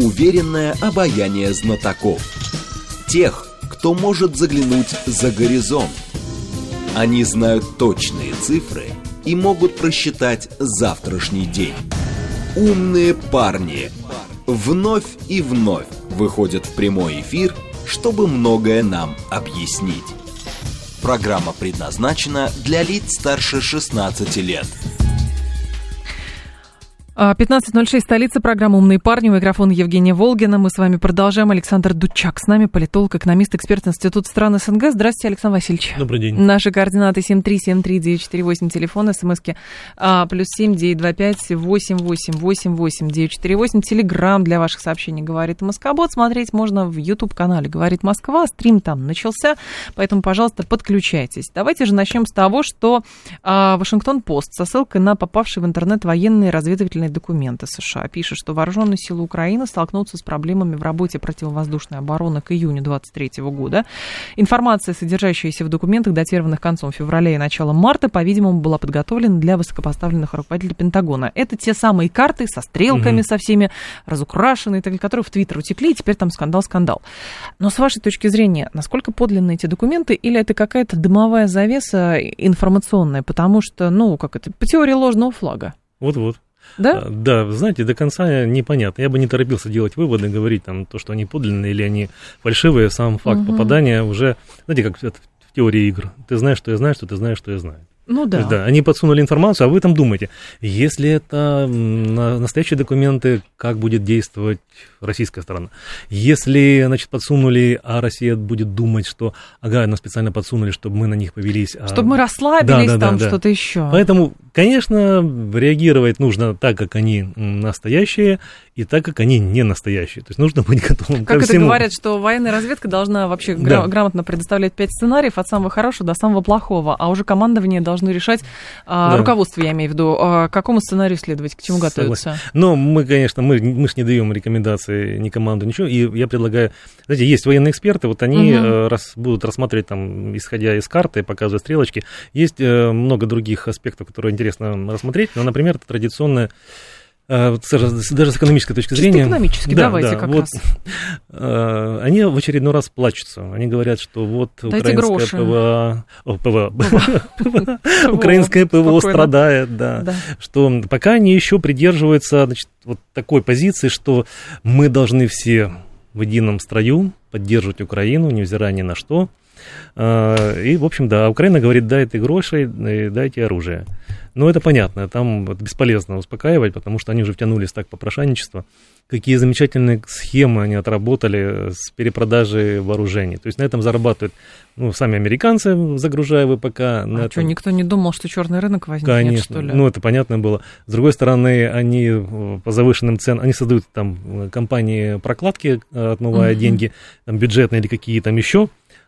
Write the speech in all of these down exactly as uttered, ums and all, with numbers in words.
Уверенное обаяние знатоков. Тех, кто может заглянуть за горизонт. Они знают точные цифры и могут просчитать завтрашний день. Умные парни вновь и вновь выходят в прямой эфир, чтобы многое нам объяснить. Программа предназначена для лиц старше шестнадцати лет. пятнадцать ноль шесть, столица, программа «Умные парни», у микрофона Евгения Волгина. Мы с вами продолжаем. Александр Дудчак с нами, политолог, экономист, эксперт Института стран СНГ. Здравствуйте, Александр Васильевич. Добрый день. Наши координаты семь три семь три девять четыре восемь, телефон, смски а, плюс семь девять два пять восемь восемь восемь восемь девять четыре восемь, телеграм для ваших сообщений «Говорит Москобот». Смотреть можно в YouTube-канале «Говорит Москва», стрим там начался, поэтому, пожалуйста, подключайтесь. Давайте же начнем с того, что а, Вашингтон-Пост со ссылкой на попавшие в интернет военные разведывательные документы США пишет, что вооруженные силы Украины столкнутся с проблемами в работе противовоздушной обороны к июню двадцать третьего года. Информация, содержащаяся в документах, датированных концом февраля и началом марта, по-видимому, была подготовлена для высокопоставленных руководителей Пентагона. Это те самые карты со стрелками, угу. со всеми разукрашенные, которые в Твиттер утекли, и теперь там скандал-скандал. Но с вашей точки зрения, насколько подлинны эти документы, или это какая-то дымовая завеса информационная? Потому что, ну, как это, по теории ложного флага. Вот-вот. Да? Да, знаете, до конца непонятно. Я бы не торопился делать выводы, говорить там то, что они подлинные или они фальшивые. Сам факт угу. попадания уже, знаете, как это в теории игр. Ты знаешь, что я знаю, что ты знаешь, что я знаю. Ну да. То есть, да. Они подсунули информацию, а вы там думаете, если это настоящие документы, как будет действовать российская сторона? Если, значит, подсунули, а Россия будет думать, что, ага, нас специально подсунули, чтобы мы на них повелись. А... Чтобы мы расслабились, да, да, там да, что-то да. еще. Поэтому, конечно, реагировать нужно так, как они настоящие, и так, как они не настоящие. То есть нужно быть готовым как ко всему. Как это говорят, что военная разведка должна вообще да. гра- грамотно предоставлять пять сценариев от самого хорошего до самого плохого, а уже командование должно решать, а, да. руководство, я имею в виду, а, к какому сценарию следовать, к чему готовиться. Согласен. Но мы, конечно, мы, мы же не даем рекомендации ни команду, ничего, и я предлагаю, знаете, есть военные эксперты, вот они угу. рас, будут рассматривать, там, исходя из карты, показывая стрелочки. Есть много других аспектов, которые интересно рассмотреть, но, например, это традиционная даже с экономической точки зрения. Чисто экономически, да, давайте да, как вот, раз. Э, они в очередной раз плачутся. Они говорят, что вот дайте украинская ПВО, о, ПВО, украинское ПВО страдает, да, да. Что пока они еще придерживаются, значит, вот такой позиции, что мы должны все в едином строю поддерживать Украину, невзирая ни на что. И, в общем, да, Украина говорит, дайте гроши, дайте оружие. Ну, это понятно, там бесполезно успокаивать, потому что они уже втянулись так попрошайничество. Какие замечательные схемы они отработали с перепродажей вооружений. То есть на этом зарабатывают, ну, сами американцы, загружая ВПК. А на что, этом... никто не думал, что черный рынок возникнет, Конечно. что ли? Ну, это понятно было. С другой стороны, они по завышенным ценам, они создают там компании прокладки, отмывая uh-huh. деньги, там, бюджетные или какие там еще.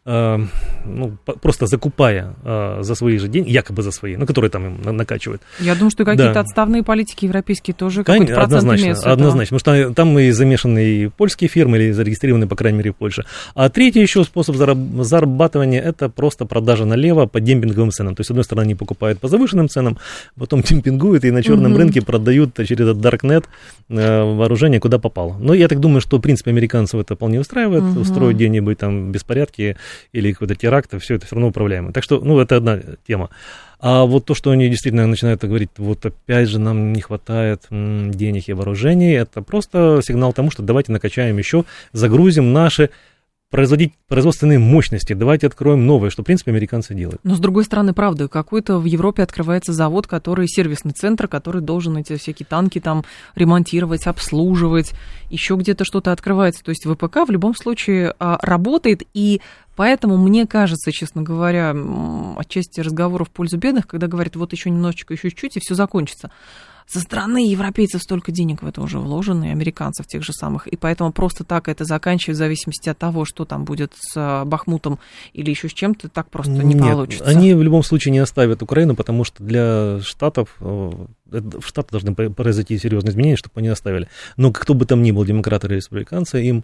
Ну, просто закупая а, за свои же деньги, якобы за свои, ну, которые там им накачивают. Я думаю, что какие-то да. отставные политики европейские тоже какой-то процент однозначно, имеют. Однозначно, потому что там и замешаны и польские фирмы, или зарегистрированы, по крайней мере, в Польше. А третий еще способ зарабатывания – это просто продажа налево по демпинговым ценам. То есть, с одной стороны, они покупают по завышенным ценам, потом демпингуют и на черном угу. рынке продают через этот даркнет вооружение, куда попало. Но я так думаю, что, в принципе, американцев это вполне устраивает, угу. устроить где-нибудь там беспорядки или какой-то теракт, все это все равно управляемо. Так что, ну, это одна тема. А вот то, что они действительно начинают говорить, вот опять же нам не хватает м, денег и вооружений, это просто сигнал тому, что давайте накачаем еще, загрузим наши производить производственные мощности, давайте откроем новые, что, в принципе, американцы делают. Но, с другой стороны, правда, какой-то в Европе открывается завод, который сервисный центр, который должен эти всякие танки там ремонтировать, обслуживать, еще где-то что-то открывается. То есть ВПК в любом случае работает, и поэтому, мне кажется, честно говоря, отчасти разговоров в пользу бедных, когда говорят, вот еще немножечко, еще чуть-чуть, и все закончится. Со стороны европейцев столько денег в это уже вложено, и американцев тех же самых, и поэтому просто так это заканчивать в зависимости от того, что там будет с Бахмутом или еще с чем-то, так просто не Нет, получится. Они в любом случае не оставят Украину, потому что для Штатов, в Штатах должны произойти серьезные изменения, чтобы они оставили. Но кто бы там ни был, демократы или республиканцы, им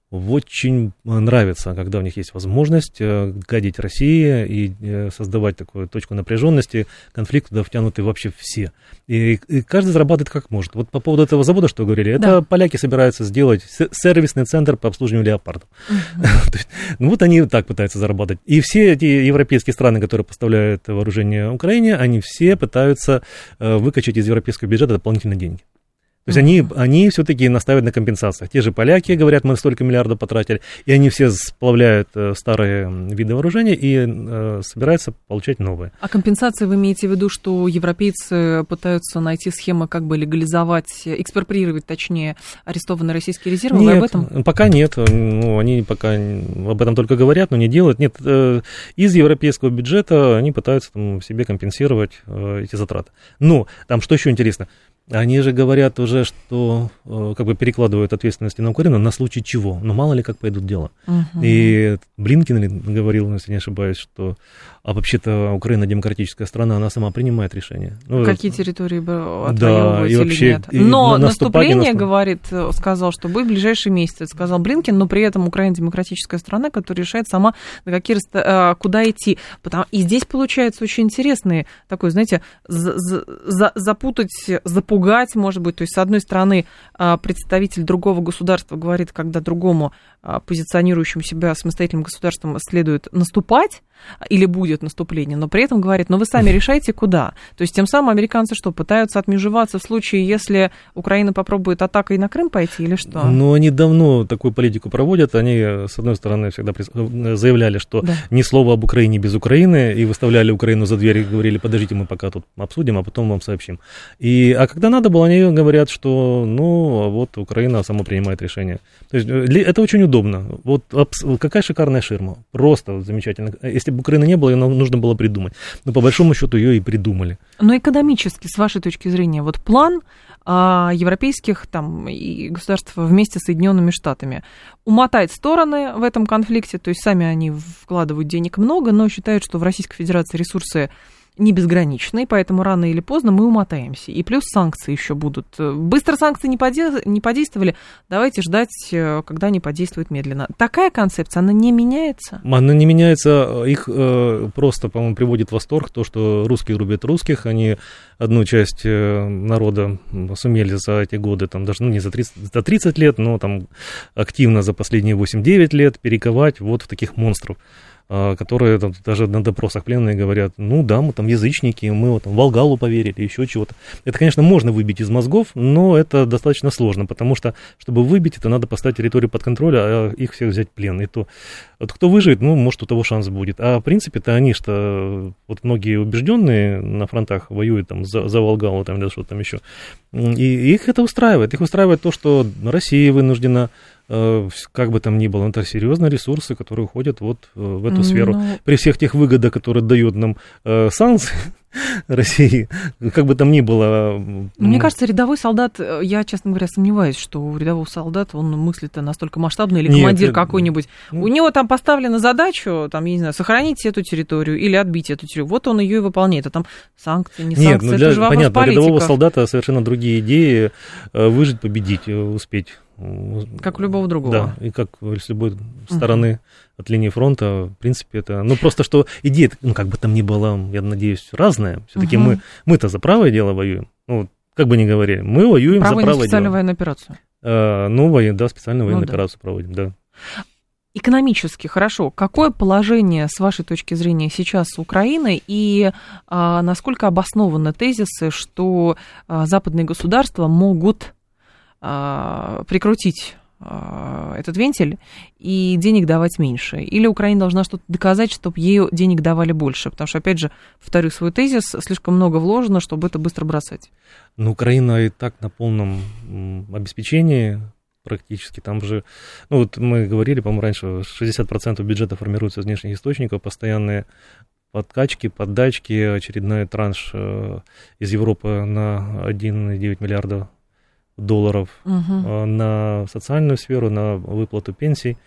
очень нравится, когда у них есть возможность гадить России и создавать такую точку напряженности, конфликт туда втянуты вообще все. И, и каждый зарабатывает как может. Вот по поводу этого завода, что вы говорили, это да. Поляки собираются сделать сервисный центр по обслуживанию леопардов. Uh-huh. Ну вот они так пытаются зарабатывать. И все эти европейские страны, которые поставляют вооружение Украине, они все пытаются выкачать из европейского бюджета дополнительные деньги. То есть они, они все-таки настаивают на компенсациях. Те же поляки говорят, мы столько миллиардов потратили, и они все сплавляют старые виды вооружения и э, собираются получать новые. А компенсации вы имеете в виду, что европейцы пытаются найти схемы, как бы легализовать, экспроприировать, точнее, арестованные российские резервы? Нет, вы об этом? Пока нет. Ну, они пока об этом только говорят, но не делают. Нет, э, из европейского бюджета они пытаются там, себе компенсировать э, эти затраты. Но там что еще интересно? Они же говорят уже, что как бы перекладывают ответственность на Украину на случай чего. Но мало ли как пойдут дела. Uh-huh. И Блинкен говорил, если не ошибаюсь, что а вообще-то Украина демократическая страна, она сама принимает решения. Ну, какие территории бы отвоевывать да, и или вообще, нет. И но наступление, наступ... говорит, сказал, что будет в ближайшие месяцы, сказал Блинкен, но при этом Украина демократическая страна, которая решает сама, на какие, куда идти. Потому... И здесь получается очень интересный такой, знаете, за, за, запутать, запугать, может быть. То есть, с одной стороны, представитель другого государства говорит, когда другому позиционирующему себя самостоятельным государством следует наступать, или будет наступление, но при этом говорит, ну вы сами решайте, куда. То есть тем самым американцы что, пытаются отмежеваться в случае, если Украина попробует атакой на Крым пойти, или что? Ну, они давно такую политику проводят. Они, с одной стороны, всегда заявляли, что да. ни слова об Украине без Украины, и выставляли Украину за дверь и говорили, подождите, мы пока тут обсудим, а потом вам сообщим. И, а когда надо было, они говорят, что, ну, вот Украина сама принимает решение. То есть это очень удобно. Вот какая шикарная ширма. Просто замечательно. Если бы Украины не было, ее нужно было придумать. Но по большому счету ее и придумали. Но экономически, с вашей точки зрения, вот план а, европейских там, и государств вместе с Соединенными Штатами умотать стороны в этом конфликте, то есть сами они вкладывают денег много, но считают, что в Российской Федерации ресурсы не безграничные, поэтому рано или поздно мы умотаемся. И плюс санкции еще будут. Быстро санкции не, поде... не подействовали, давайте ждать, когда они подействуют медленно. Такая концепция, она не меняется? Она не меняется, их э, просто, по-моему, приводит в восторг то, что русские рубят русских, они одну часть народа сумели за эти годы, там, даже ну, не за тридцать, за тридцать лет, но там активно за последние восемь-девять лет перековать вот в таких монстров, которые там, даже на допросах пленные говорят, ну да, мы там язычники, мы вот, там, в Волгалу поверили, еще чего-то. Это, конечно, можно выбить из мозгов, но это достаточно сложно, потому что, чтобы выбить это, надо поставить территорию под контроль, а их всех взять в плен. И то, вот кто выживет, ну, может, у того шанс будет. А в принципе-то они что, вот многие убежденные на фронтах воюют там за, за Волгалу там, или что-то там еще. И их это устраивает. Их устраивает то, что Россия вынуждена, как бы там ни было, это серьезные ресурсы, которые уходят вот в эту сферу. Ну... При всех тех выгодах, которые дают нам э, санкции России, как бы там ни было. Мне кажется, рядовой солдат, я, честно говоря, сомневаюсь, что у рядового солдата он мыслит настолько масштабно, или командир Нет, какой-нибудь. Ну... У него там поставлена задача, там, я не знаю, сохранить эту территорию или отбить эту территорию. Вот он ее и выполняет. А там санкции, не санкции, Нет, ну для, это же вопрос понятно, политиков. У рядового солдата совершенно другие идеи. Выжить, победить, успеть. Как у любого другого. Да, и как с любой стороны uh-huh. от линии фронта, в принципе, это... Ну, просто что идея, ну, как бы там ни была, я надеюсь, разная. Все-таки uh-huh. мы, мы-то за правое дело воюем. Ну, как бы ни говорили, мы воюем Право за правое дело. Специальную военную операцию. А, ну, воен, да, специальную военную ну, операцию да. проводим, да. Экономически, хорошо. Какое положение, с вашей точки зрения, сейчас с Украиной, и а, насколько обоснованы тезисы, что а, западные государства могут прикрутить этот вентиль и денег давать меньше? Или Украина должна что-то доказать, чтобы ей денег давали больше? Потому что, опять же, повторю свой тезис, слишком много вложено, чтобы это быстро бросать. Ну, Украина и так на полном обеспечении практически. Там же, ну вот мы говорили, по-моему, раньше, шестьдесят процентов бюджета формируется из внешних источников, постоянные подкачки, поддачки, очередной транш из Европы на один целых девять десятых миллиарда долларов uh-huh. на социальную сферу, на выплату пенсий.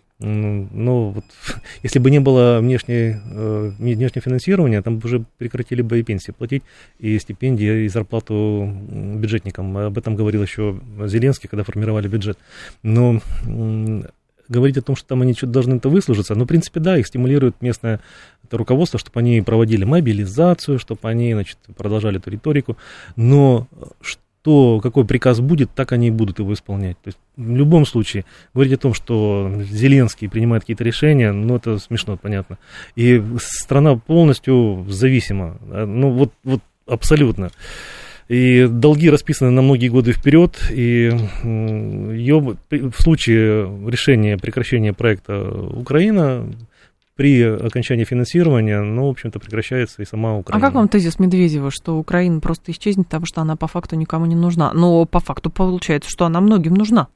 Но вот, если бы не было внешней, внешнего финансирования, там бы уже прекратили бы и пенсии платить, и стипендии, и зарплату бюджетникам. Об этом говорил еще Зеленский, когда формировали бюджет. Но говорить о том, что там они что-то должны это выслужиться, ну, в принципе, да, их стимулирует местное это руководство, чтобы они проводили мобилизацию, чтобы они, значит, продолжали эту риторику, но что, какой приказ будет, так они и будут его исполнять. То есть в любом случае говорить о том, что Зеленский принимает какие-то решения, ну, это смешно, понятно. И страна полностью зависима, ну, вот, вот абсолютно. И долги расписаны на многие годы вперед, и ее, в случае решения прекращения проекта Украина, при окончании финансирования, ну, в общем-то, прекращается и сама Украина. А как вам тезис Медведева, что Украина просто исчезнет, потому что она по факту никому не нужна? Но по факту получается, что она многим нужна.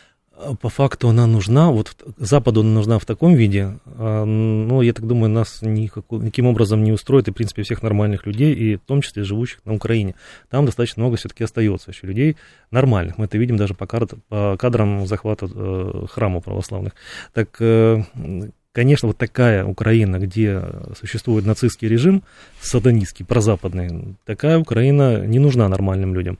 По факту она нужна, вот Западу она нужна в таком виде, но я так думаю, нас никакой, никаким образом не устроит, и, в принципе, всех нормальных людей, и в том числе живущих на Украине. Там достаточно много все-таки остается еще людей нормальных. Мы это видим даже по, кар- по кадрам захвата э, храмов православных. Так, э, конечно, вот такая Украина, где существует нацистский режим, сатанистский, прозападный, такая Украина не нужна нормальным людям.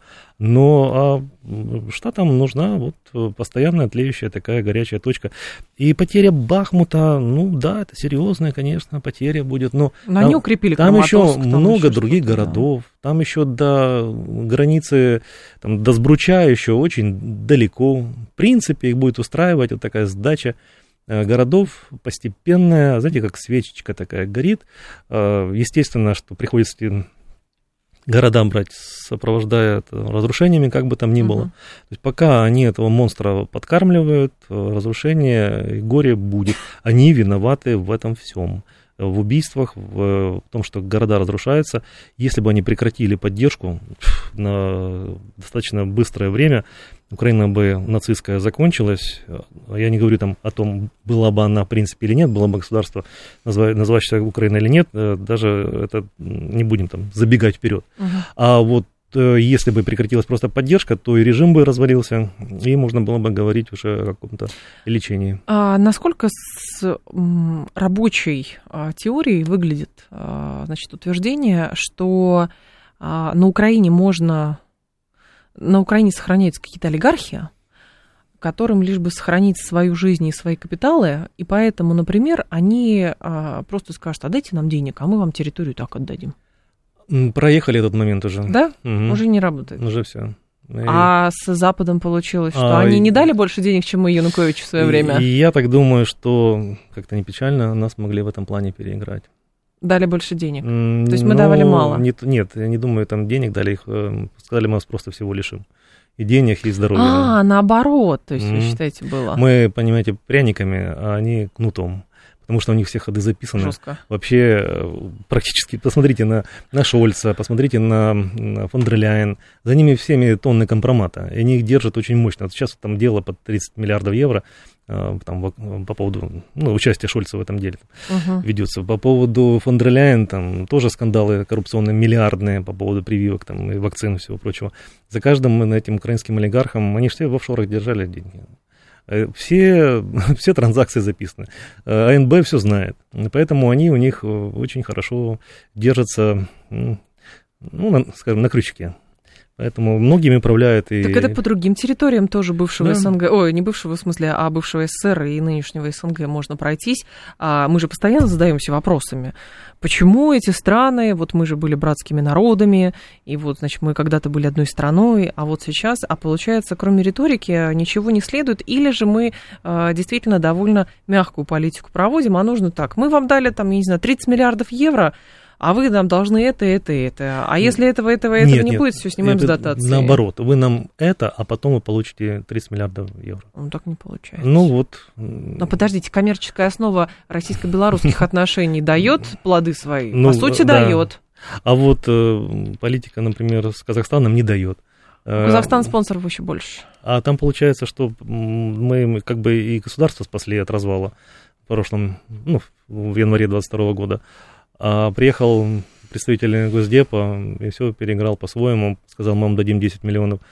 Но а штатам нужна вот постоянная тлеющая такая горячая точка. И потеря Бахмута, ну да, это серьезная, конечно, потеря будет. Но, но там, они укрепили там еще там много еще других городов. Да. Там еще до границы, там, до Сбруча еще очень далеко. В принципе, их будет устраивать вот такая сдача городов постепенная, знаете, как свечечка такая горит. Естественно, что приходится города брать, сопровождая это разрушениями, как бы там ни было. Uh-huh. То есть пока они этого монстра подкармливают, разрушение и горе будет. Они виноваты в этом всем. В убийствах, в, в том, что города разрушаются. Если бы они прекратили поддержку на достаточно быстрое время, Украина бы нацистская закончилась. Я не говорю там о том, была бы она в принципе или нет, было бы государство, называющееся Украина или нет, даже это не будем там забегать вперед. Uh-huh. А вот если бы прекратилась просто поддержка, то и режим бы развалился, и можно было бы говорить уже о каком-то лечении. А насколько с м, рабочей а, теорией выглядит а, значит, утверждение, что а, на Украине можно, на Украине сохраняются какие-то олигархи, которым лишь бы сохранить свою жизнь и свои капиталы, и поэтому, например, они а, просто скажут: а дайте нам денег, а мы вам территорию так отдадим. Проехали этот момент уже. Да? Угу. Уже не работает. Уже все. И... А с Западом получилось, что а, они и... не дали больше денег, чем мы Януковичу в свое и, время? И я так думаю, что, как-то не печально, нас могли в этом плане переиграть. Дали больше денег? Mm, То есть мы ну, давали мало? Нет, нет, я не думаю, там денег дали, их сказали, мы вас просто всего лишим. И денег, и здоровья. А, наоборот, то есть mm. вы считаете, было? Мы, понимаете, пряниками, а они кнутом. Потому что у них все ходы записаны. Жестко. Вообще практически, посмотрите на, на Шольца, посмотрите на, на фон дер Ляйен, за ними всеми тонны компромата, и они их держат очень мощно. Вот сейчас там дело под тридцать миллиардов евро там, по поводу ну, участия Шольца в этом деле uh-huh. ведется. По поводу фон дер Ляйен там тоже скандалы коррупционные миллиардные по поводу прививок там, и вакцин и всего прочего. За каждым этим украинским олигархом, они все в офшорах держали деньги. Все, все транзакции записаны. А эн бэ все знает. Поэтому они у них очень хорошо держатся, ну, на, скажем, на крючке. Поэтому многими управляют и... Так это по другим территориям тоже бывшего да. эс эн гэ, ой, не бывшего в смысле, а бывшего эс эс эс эр и нынешнего эс эн гэ можно пройтись. А мы же постоянно задаемся вопросами, почему эти страны, вот мы же были братскими народами, и вот, значит, мы когда-то были одной страной, а вот сейчас, а получается, кроме риторики ничего не следует, или же мы а, действительно довольно мягкую политику проводим, а нужно так, мы вам дали, там, я не знаю, тридцать миллиардов евро, а вы нам должны это, это, это. А если этого, этого, этого нет, не нет, будет, все снимаем нет, с дотации. Наоборот, вы нам это, а потом вы получите тридцать миллиардов евро. Ну, так не получается. Ну, вот. Но подождите, коммерческая основа российско-белорусских отношений дает плоды свои? Ну, по сути, да. дает. А вот э, политика, например, с Казахстаном не дает. Казахстан спонсоров еще больше. А там получается, что мы как бы и государство спасли от развала в прошлом, ну, в январе двадцать второго года. А приехал представитель Госдепа и все переиграл по-своему, сказал, мы вам дадим десять миллионов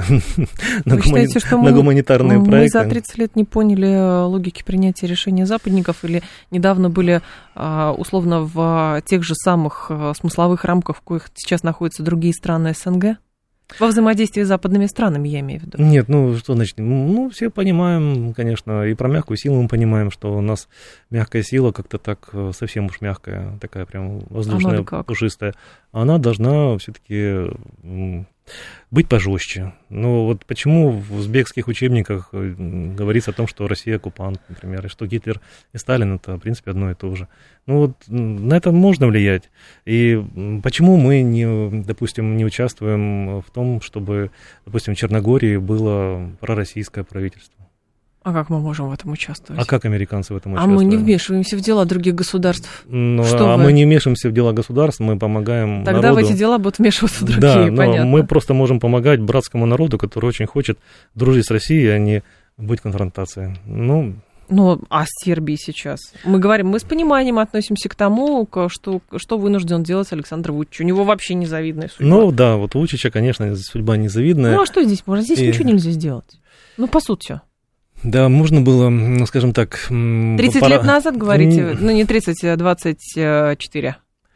на, Вы считаете, что на гуманитарные мы, проекты. Мы за тридцать лет не поняли логики принятия решения западников или недавно были условно в тех же самых смысловых рамках, в коих сейчас находятся другие страны эс эн гэ? Во взаимодействии с западными странами, я имею в виду. Нет, ну что значит? Ну, все понимаем, конечно, и про мягкую силу мы понимаем, что у нас мягкая сила как-то так совсем уж мягкая, такая прям воздушная, пушистая. Она должна все-таки быть пожестче. Ну вот почему в узбекских учебниках говорится о том, что Россия оккупант, например, и что Гитлер и Сталин это, в принципе, одно и то же. Ну вот на это можно влиять. И почему мы, не, допустим, не участвуем в том, чтобы, допустим, в Черногории было пророссийское правительство? А как мы можем в этом участвовать? А как американцы в этом а участвуют? А мы не вмешиваемся в дела других государств. Ну, Что а вы? мы не вмешиваемся в дела государств, мы помогаем Тогда народу. в эти дела будут вмешиваться другие, да, понятно. Но мы просто можем помогать братскому народу, который очень хочет дружить с Россией, а не быть в конфронтации. Ну... Ну, а с Сербией сейчас? Мы говорим, мы с пониманием относимся к тому, что, что вынужден делать Александр Вучич. У него вообще незавидная судьба. Ну, да, вот у Вучича, конечно, судьба незавидная. Ну, а что здесь можно? Здесь И... ничего нельзя сделать. Ну, по сути, все. Да, можно было, ну, скажем так... тридцать пора... лет назад, говорите? Ну, не тридцать, а двадцать четыре.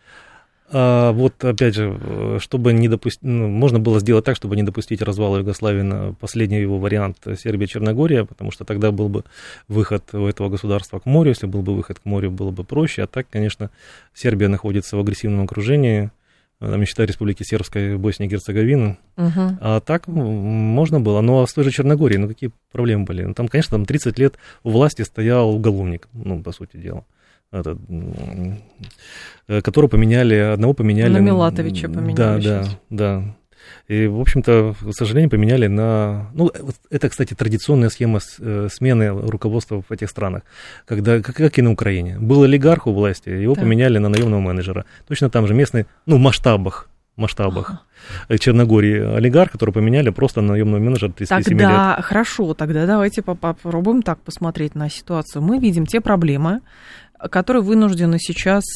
А вот, опять же, чтобы не допустить... Ну, можно было сделать так, чтобы не допустить развала Югославии на последний его вариант Сербия-Черногория, потому что тогда был бы выход у этого государства к морю. Если был бы выход к морю, было бы проще. А так, конечно, Сербия находится в агрессивном окружении, там, не считая Республики Сербской, Боснии и Герцеговины. Угу. А так можно было. Но а с той же Черногорией, ну, какие проблемы были? Ну, там, конечно, там тридцать лет у власти стоял уголовник, ну, по сути дела. Это, которого поменяли, одного поменяли... На Милатовича поменяли. Да, сейчас. да, да. И, в общем-то, к сожалению, поменяли на... Ну, это, кстати, традиционная схема смены руководства в этих странах, когда, как, как и на Украине. Был олигарх у власти, его да. поменяли на наемного менеджера. Точно там же местный, ну, в масштабах, масштабах. Ага. Черногории олигарх, который поменяли просто на наемного менеджера тридцать семь лет. Тогда хорошо, тогда давайте попробуем так посмотреть на ситуацию. Мы видим те проблемы, которые вынуждены сейчас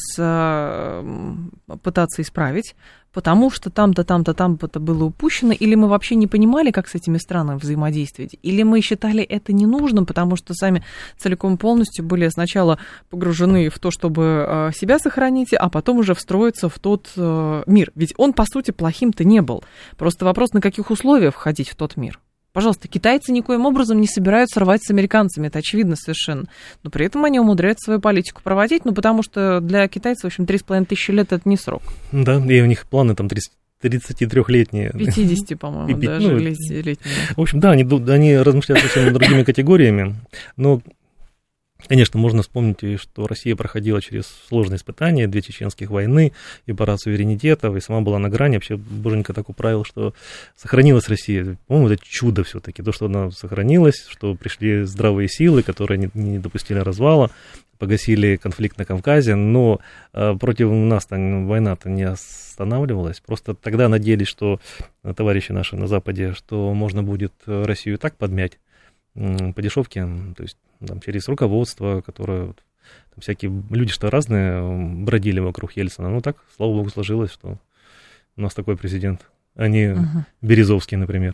пытаться исправить, потому что там-то, там-то, там-то было упущено, или мы вообще не понимали, как с этими странами взаимодействовать, или мы считали это ненужным, потому что сами целиком полностью были сначала погружены в то, чтобы себя сохранить, а потом уже встроиться в тот мир. Ведь он, по сути, плохим-то не был. Просто вопрос, на каких условиях входить в тот мир. Пожалуйста, китайцы никоим образом не собираются рвать с американцами, это очевидно совершенно. Но при этом они умудряются свою политику проводить, ну, потому что для китайцев, в общем, три с половиной тысячи лет это не срок. Да, и у них планы там тридцатитрёхлетние. пятьдесят, по-моему, даже ну, летние. В общем, да, они, они размышляют совсем другими категориями, но... Конечно, можно вспомнить, что Россия проходила через сложные испытания, две чеченских войны, и парад суверенитетов, и сама была на грани. Вообще, боженька так управил, что сохранилась Россия. По-моему, это чудо все-таки, то, что она сохранилась, что пришли здравые силы, которые не, не допустили развала, погасили конфликт на Кавказе, но а, против нас-то война-то не останавливалась. Просто тогда надеялись, что товарищи наши на Западе, что можно будет Россию так подмять по дешевке, то есть там, через руководство, которое там, всякие люди что разные бродили вокруг Ельцина. Ну так, слава богу, сложилось, что у нас такой президент, а не uh-huh. Березовский, например.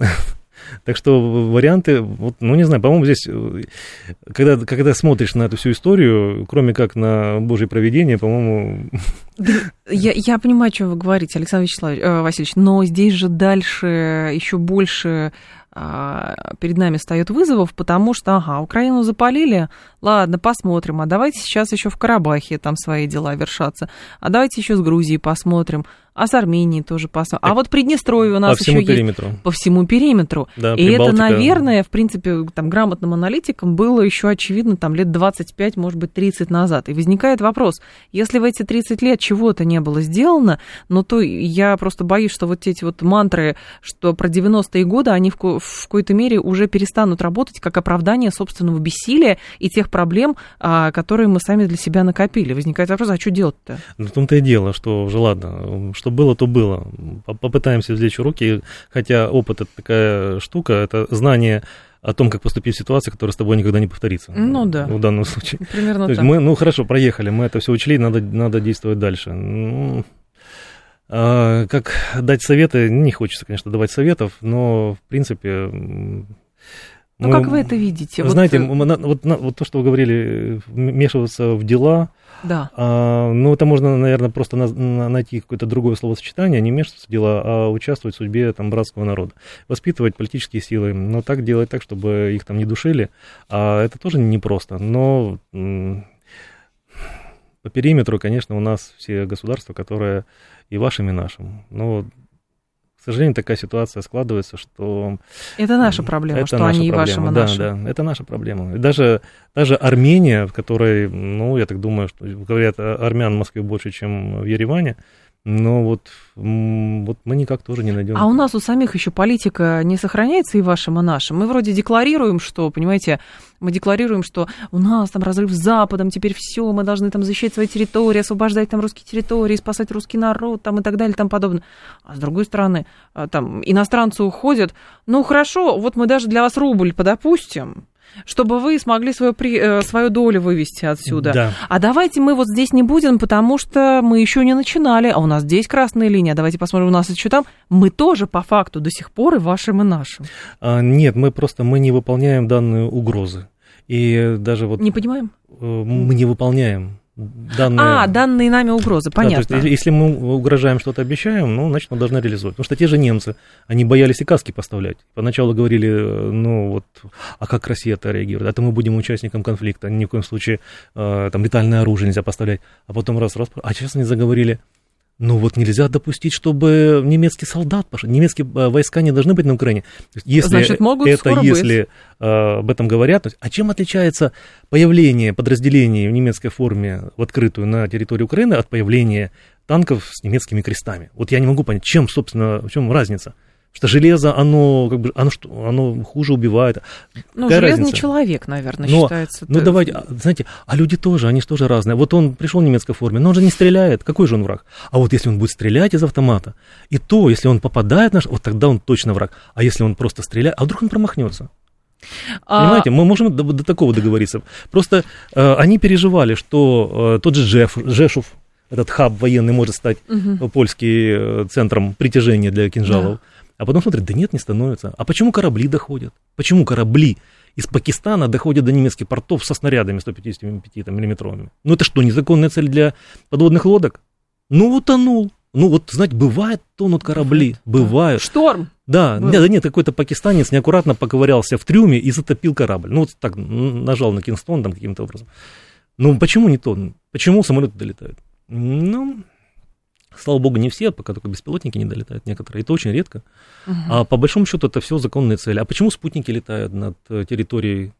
Так что варианты, вот, ну не знаю, по-моему, здесь, когда, когда смотришь на эту всю историю, кроме как на Божье провидение, по-моему... Я, я понимаю, что вы говорите, Александр Вячеславович, э, Васильевич, но здесь же дальше еще больше э, перед нами встает вызовов, потому что, ага, Украину запалили, ладно, посмотрим, а давайте сейчас еще в Карабахе там свои дела вершатся, а давайте еще с Грузией посмотрим, а с Арменией тоже посмотрим. А вот Приднестровье у нас по всему еще периметру. Есть по всему периметру. Да, и это, Прибалтика. наверное, в принципе, там, грамотным аналитикам было еще очевидно там лет двадцать пять, может быть, тридцать назад. И возникает вопрос, если в эти тридцать лет чего-то не было сделано, но то я просто боюсь, что вот эти вот мантры, что про девяностые годы, они в, ко- в какой-то мере уже перестанут работать как оправдание собственного бессилия и тех проблем, а, которые мы сами для себя накопили. Возникает вопрос, а что делать-то? Ну, в том-то и дело, что уже ладно, что было, то было. Попытаемся извлечь уроки, хотя опыт — это такая штука, это знание о том, как поступить в ситуации, которая с тобой никогда не повторится. Ну да. В данном случае. Примерно так. Мы, ну хорошо, проехали, мы это все учли, надо, надо действовать дальше. Ну, а, как дать советы? Не хочется, конечно, давать советов, но в принципе Ну, мы, как вы это видите? Знаете, вот, мы, вот, вот то, что вы говорили, вмешиваться в дела, да. а, ну, это можно, наверное, просто на, на, найти какое-то другое словосочетание, не вмешиваться в дела, а участвовать в судьбе там, братского народа, воспитывать политические силы, но так делать так, чтобы их там не душили, а это тоже непросто, но м- по периметру, конечно, у нас все государства, которые и вашим, и нашим, но... К сожалению, такая ситуация складывается, что... Это наша проблема, это что наша они и проблема. ваши, и да, наши. Да, это наша проблема. И даже, даже Армения, в которой, ну, я так думаю, что говорят, армян в Москве больше, чем в Ереване, но вот, вот мы никак тоже не найдем. А у нас у самих еще политика не сохраняется и вашим, и нашим. Мы вроде декларируем, что, понимаете, мы декларируем, что у нас там разрыв с Западом, теперь все, мы должны там защищать свои территории, освобождать там русские территории, спасать русский народ там, и так далее и тому подобное. А с другой стороны, там иностранцы уходят. Ну хорошо, вот мы даже для вас рубль подопустим, чтобы вы смогли свою, при, свою долю вывести отсюда. Да. А давайте мы вот здесь не будем, потому что мы еще не начинали, а у нас здесь красная линия, давайте посмотрим, у нас еще там. Мы тоже по факту до сих пор и вашим, и нашим. А, нет, мы просто мы не выполняем данные угрозы. И даже вот... Не понимаем? Мы не выполняем. Данные... А, данные нами угрозы, понятно. Да, то есть, если мы угрожаем, что-то обещаем, ну, значит, мы должны реализовать. Потому что те же немцы, они боялись и каски поставлять. Поначалу говорили, ну, вот, а как Россия-то реагирует? Это мы будем участником конфликта, ни в коем случае э, там летальное оружие нельзя поставлять. А потом раз-раз, а сейчас они заговорили, ну, вот нельзя допустить, чтобы немецкий солдат пошел, немецкие войска не должны быть на Украине. Если значит, могут это, скоро если быть. Э, об этом говорят, то есть, а чем отличается появление подразделений в немецкой форме в открытую на территории Украины от появления танков с немецкими крестами? Вот я не могу понять, чем, собственно, в чем разница? Что железо, оно, как бы, оно, что, оно хуже убивает. Ну, Какая железный разница? человек, наверное, но, считается. Ну, давайте, знаете, а люди тоже, они же тоже разные. Вот он пришел в немецкой форме, но он же не стреляет. Какой же он враг? А вот если он будет стрелять из автомата, и то, если он попадает, наш, вот тогда он точно враг. А если он просто стреляет, а вдруг он промахнется? А... Понимаете, мы можем до, до такого договориться. Просто э, они переживали, что э, тот же Жеф, Жешув, этот хаб военный, может стать угу. польский э, центром притяжения для кинжалов. Да. А потом смотрят, да нет, не становится. А почему корабли доходят? Почему корабли из Пакистана доходят до немецких портов со снарядами сто пятьдесят пять миллиметровыми? Ну это что, незаконная цель для подводных лодок? Ну утонул. Ну вот, знаете, бывает, тонут корабли, бывают. Шторм. Да, нет, да нет, какой-то пакистанец неаккуратно поковырялся в трюме и затопил корабль. Ну вот так нажал на Кингстон там каким-то образом. Ну почему не тонут? Почему самолеты долетают? Ну... Слава богу, не все, пока только беспилотники не долетают некоторые, это очень редко. Uh-huh. А по большому счету это все законные цели. А почему спутники летают над территорией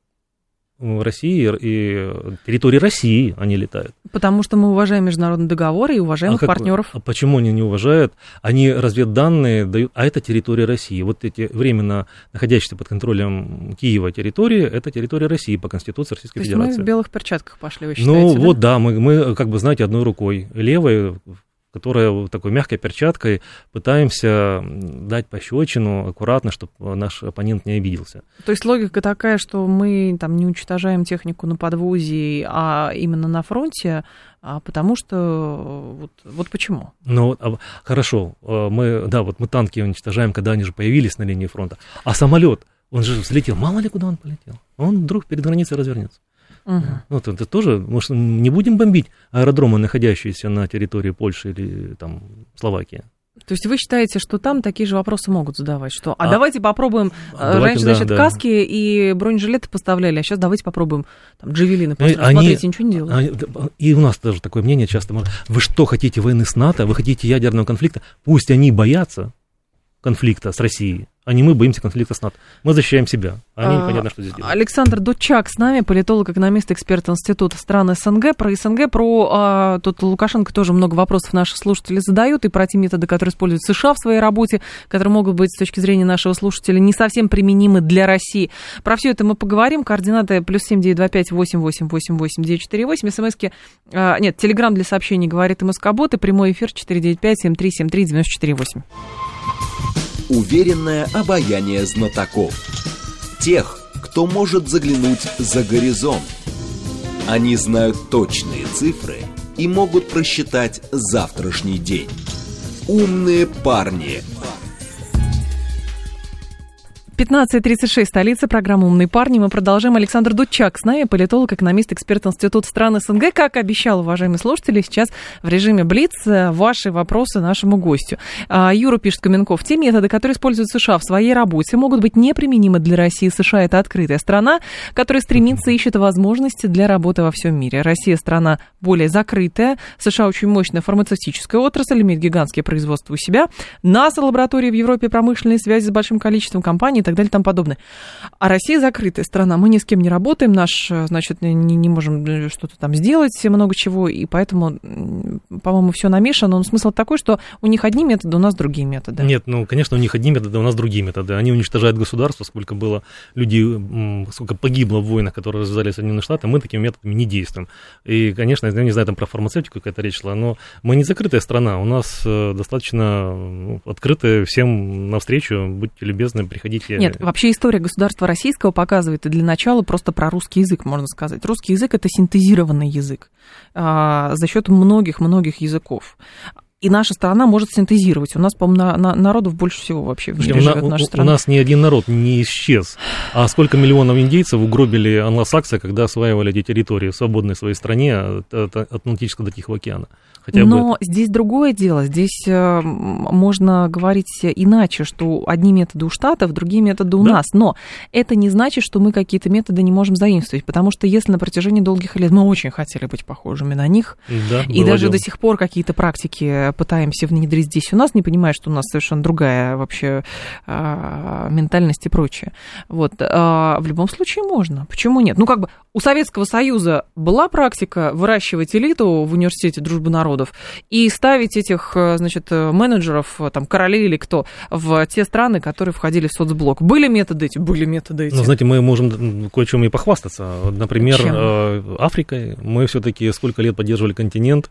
России и территории России они летают? Потому что мы уважаем международные договоры и уважаем а их как, партнеров. А почему они не уважают? Они разведданные дают, а это территория России. Вот эти временно находящиеся под контролем Киева территории, это территория России по Конституции Российской То есть Федерации. мы в белых перчатках пошли, вы считаете? Ну да? вот да, мы, мы как бы, знаете, одной рукой левой, которая такой мягкой перчаткой пытаемся дать пощечину аккуратно, чтобы наш оппонент не обиделся. То есть логика такая, что мы там не уничтожаем технику на подвозе, а именно на фронте, а потому что вот, вот почему? Ну хорошо, мы, да, вот мы танки уничтожаем, когда они же появились на линии фронта, а самолет, он же взлетел, мало ли куда он полетел, он вдруг перед границей развернется. Uh-huh. Ну, это, это тоже, может, не будем бомбить аэродромы, находящиеся на территории Польши или там Словакии. То есть вы считаете, что там такие же вопросы могут задавать, что а, а давайте попробуем, давайте, раньше, да, значит, да. каски и бронежилеты поставляли, а сейчас давайте попробуем там джавелины поставить. Они, Смотрите, ничего не делают. Они, и у нас тоже такое мнение часто, вы что, хотите войны с НАТО, вы хотите ядерного конфликта, пусть они боятся конфликта с Россией, а не мы боимся конфликта с НАТО. Мы защищаем себя, а они непонятно, что здесь делают. Александр Дудчак с нами, политолог, экономист, эксперт Института стран СНГ. Про СНГ, про а, тут Лукашенко тоже много вопросов наши слушатели задают, и про те методы, которые используют США в своей работе, которые могут быть с точки зрения нашего слушателя не совсем применимы для России. Про все это мы поговорим. Координаты плюс семь девять два пять восемь восемь восемь восемь девять четыре восемь. СМСки, а, нет, телеграм для сообщений говорит МСК-бот, и прямой эфир четыре девять пять семь три семь три девять четыре восемь. Уверенное обаяние знатоков. Тех, кто может заглянуть за горизонт. Они знают точные цифры и могут просчитать завтрашний день. Умные парни. пятнадцать тридцать шесть, столица, программа «Умные парни». Мы продолжаем. Александр Дудчак с нами, политолог, экономист, эксперт Института стран СНГ. Как обещал, уважаемые слушатели, сейчас в режиме Блиц ваши вопросы нашему гостю. Юра пишет, Каменков, те методы, которые используют США в своей работе, могут быть неприменимы для России. США – это открытая страна, которая стремится и ищет возможности для работы во всем мире. Россия – страна более закрытая. США очень мощная фармацевтическая отрасль, имеет гигантские производства у себя. НАСА, лаборатории в Европе, промышленные связи с большим количеством компаний и так далее и тому подобное. А Россия закрытая страна, мы ни с кем не работаем, наш, значит, не, не можем что-то там сделать, много чего, и поэтому, по-моему, все намешано. Но смысл такой, что у них одни методы, у нас другие методы. Нет, ну, конечно, у них одни методы, у нас другие методы. Они уничтожают государство, сколько было людей, сколько погибло в войнах, которые развязали Соединенные Штаты, мы такими методами не действуем. И, конечно, я не знаю, там про фармацевтику какая-то речь шла, но мы не закрытая страна, у нас достаточно ну, открытая всем навстречу, будьте любезны, приходите. Нет, вообще история государства российского показывает, и для начала просто про русский язык, можно сказать. Русский язык – это синтезированный язык а, за счет многих-многих языков. И наша страна может синтезировать. У нас, по-моему, на, на, народов больше всего вообще в мире у, живет наша страна. У нас ни один народ не исчез. А сколько миллионов индейцев угробили англосаксы, когда осваивали эти территории в свободной своей стране от, от Атлантического до Тихого океана? Хотя Но здесь другое дело. Здесь э, можно говорить иначе, что одни методы у Штатов, другие методы у да? нас. Но это не значит, что мы какие-то методы не можем заимствовать. Потому что если на протяжении долгих лет мы очень хотели быть похожими на них, да, и даже дело. До сих пор какие-то практики пытаемся внедрить здесь у нас, не понимая, что у нас совершенно другая вообще э, ментальность и прочее. Вот. Э, в любом случае можно. Почему нет? Ну, как бы у Советского Союза была практика выращивать элиту в университете дружбы народов и ставить этих, значит, менеджеров, там, королей или кто, в те страны, которые входили в соцблок. Были методы эти? Были методы эти. Ну, знаете, мы можем кое-чем и похвастаться. Например, Чем? Африкой. Мы все-таки сколько лет поддерживали континент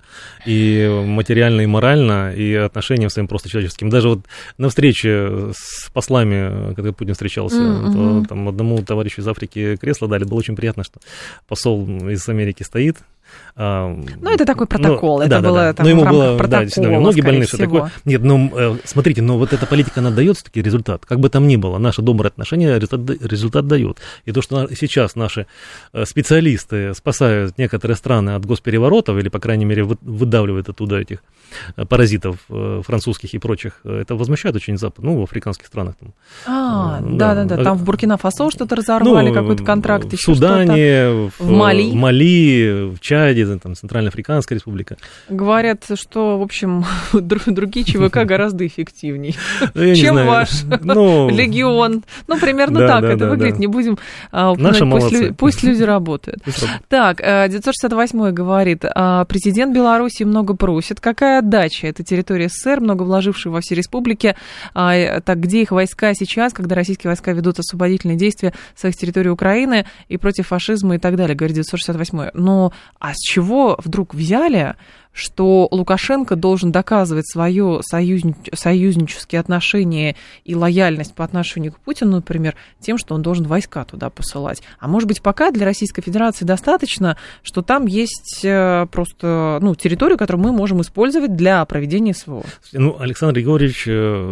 и материально, и морально, и отношениям своим просто человеческим. Даже вот на встрече с послами, когда Путин встречался, mm-hmm. то, там одному товарищу из Африки кресло дали. Было очень приятно, что посол из Америки стоит. Ну, это такой протокол, ну, это да, было да, да. там но ему в рамках было, протокола, да, действительно, многие больные, что всего. Такое. Нет, ну, смотрите, но вот эта политика, она дает все-таки результат. Как бы там ни было, наши добрые отношения результат, результат дает. И то, что сейчас наши специалисты спасают некоторые страны от госпереворотов, или, по крайней мере, выдавливают оттуда этих паразитов французских и прочих, это возмущает очень Запад, ну, в африканских странах. Там. А, да-да-да, да. Там в Буркина-Фасо что-то разорвали, ну, какой-то контракт, в еще Судане, что-то. В Мали. В Мали, в Чаде, там, Центральноафриканская республика. Говорят, что, в общем, другие ЧВК гораздо эффективнее, чем ваш легион. Ну, примерно так это выглядит, не будем упоминать, пусть люди работают. Так, девятьсот шестьдесят восьмой говорит, президент Беларуси много просит, какая отдача? Это территория СССР, много вложивших во все республики. Так, где их войска сейчас, когда российские войска ведут освободительные действия своих территорий Украины и против фашизма и так далее, говорит девятьсот шестьдесят восьмой. Но а с чего вдруг взяли, что Лукашенко должен доказывать свое союзнич... союзнические отношения и лояльность по отношению к Путину, например, тем, что он должен войска туда посылать. А может быть, пока для Российской Федерации достаточно, что там есть просто ну, территорию, которую мы можем использовать для проведения СВО? Ну, Александр Григорьевич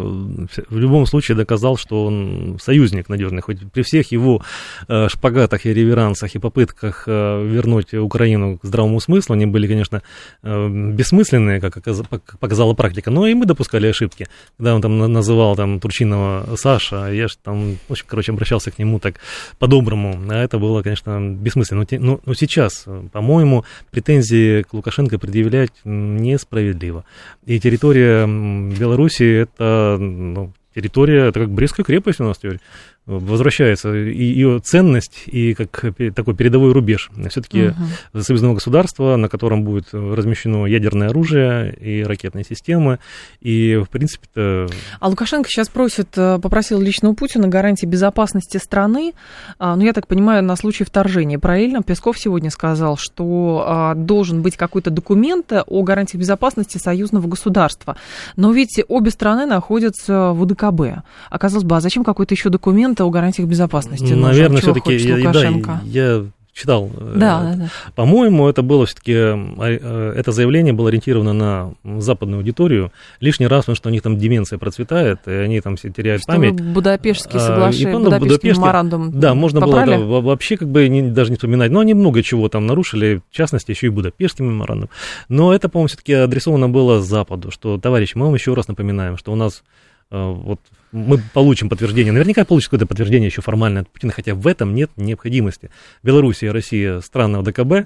в любом случае доказал, что он союзник надежный, хоть при всех его шпагатах и реверансах и попытках вернуть Украину к здравому смыслу, они были, конечно, бессмысленные, как показала практика, но и мы допускали ошибки. Когда он там называл там Турчинова Саша, я же там, в общем, короче, обращался к нему так по-доброму, а это было, конечно, бессмысленно. Но, но сейчас, по-моему, претензии к Лукашенко предъявлять несправедливо. И территория Беларуси, это ну, территория, это как Брестская крепость у нас теперь. Возвращается и ее ценность, и как такой передовой рубеж. Все-таки uh-huh. союзного государства, на котором будет размещено ядерное оружие и ракетные системы, и, в принципе-то... А Лукашенко сейчас просит, попросил лично у Путина гарантии безопасности страны, ну, я так понимаю, на случай вторжения. Параллельно Песков сегодня сказал, что должен быть какой-то документ о гарантиях безопасности союзного государства. Но ведь обе страны находятся в УДКБ. Оказалось бы, а зачем какой-то еще документ о гарантиях безопасности? Наверное, все-таки я, да, я читал. Да, да. По-моему, это было все-таки, это заявление было ориентировано на западную аудиторию лишний раз, потому что у них там деменция процветает, и они там все теряют что память. Будапештский соглашение, ну, Будапештский Будапештский, меморандум да, можно попрали? было да, вообще как бы не, даже не вспоминать, но они много чего там нарушили, в частности, еще и Будапештский меморандум. Но это, по-моему, все-таки адресовано было Западу, что, товарищи, мы вам еще раз напоминаем, что у нас вот мы получим подтверждение, наверняка получится какое-то подтверждение еще формальное от Путина, хотя в этом нет необходимости. Белоруссия и Россия страны ОДКБ,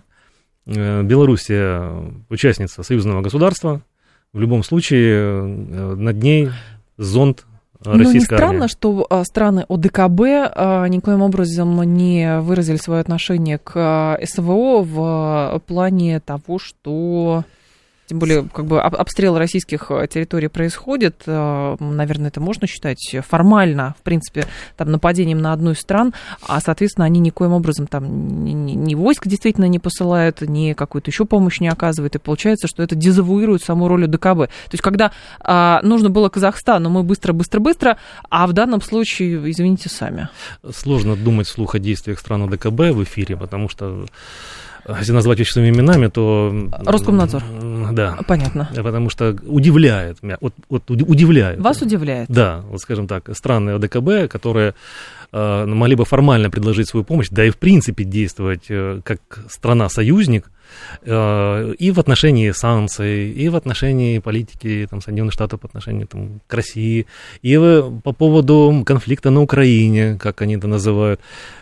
Белоруссия участница союзного государства, в любом случае над ней зонд российской армии. Ну, не странно, армии. что страны ОДКБ никоим образом не выразили свое отношение к СВО в плане того, что... Тем более, как бы обстрел российских территорий происходит, наверное, это можно считать формально, в принципе, там, нападением на одну из стран, а, соответственно, они никоим образом там ни, ни войск действительно не посылают, ни какую-то еще помощь не оказывают, и получается, что это дезавуирует саму роль ОДКБ. То есть, когда а, нужно было Казахстану, мы быстро-быстро-быстро, а в данном случае, извините, сами. Сложно думать вслух о действиях стран ОДКБ в эфире, потому что... Если назвать вещи своими именами, то... Роскомнадзор. Да. Понятно. Потому что удивляет, вот, вот удивляет. Вас удивляет? Да, вот скажем так, страны ОДКБ, которые э, могли бы формально предложить свою помощь, да и в принципе действовать э, как страна-союзник э, и в отношении санкций, и в отношении политики там, Соединенных Штатов по отношению там, к России, и в, по поводу конфликта на Украине, как они это называют.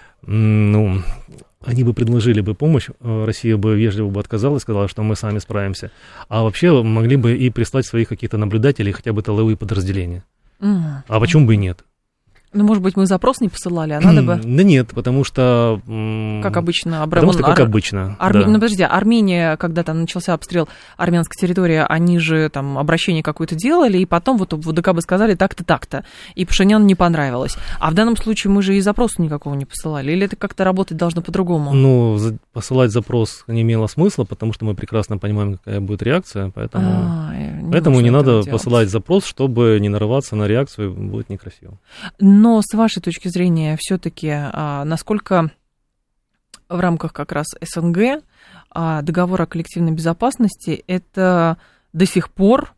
Ну... Они бы предложили бы помощь, Россия бы вежливо бы отказала и сказала, что мы сами справимся. А вообще могли бы и прислать своих каких-то наблюдателей, хотя бы тыловые подразделения. Mm. А почему бы и нет? Ну, может быть, мы запрос не посылали, а надо бы... Да нет, потому что... Как обычно. Обрав... Потому что как Ар... обычно, Арми... да. Ну, подожди, Армения, когда там начался обстрел армянской территории, они же там обращение какое-то делали, и потом вот в ОДКБ сказали так-то, так-то, и Пашиняну не понравилось. А в данном случае мы же и запроса никакого не посылали, или это как-то работать должно по-другому? Ну, посылать запрос не имело смысла, потому что мы прекрасно понимаем, какая будет реакция, поэтому, а, не, поэтому не надо делать. Посылать запрос, чтобы не нарываться на реакцию, будет некрасиво. Но с вашей точки зрения, все-таки насколько в рамках как раз СНГ договор о коллективной безопасности это до сих пор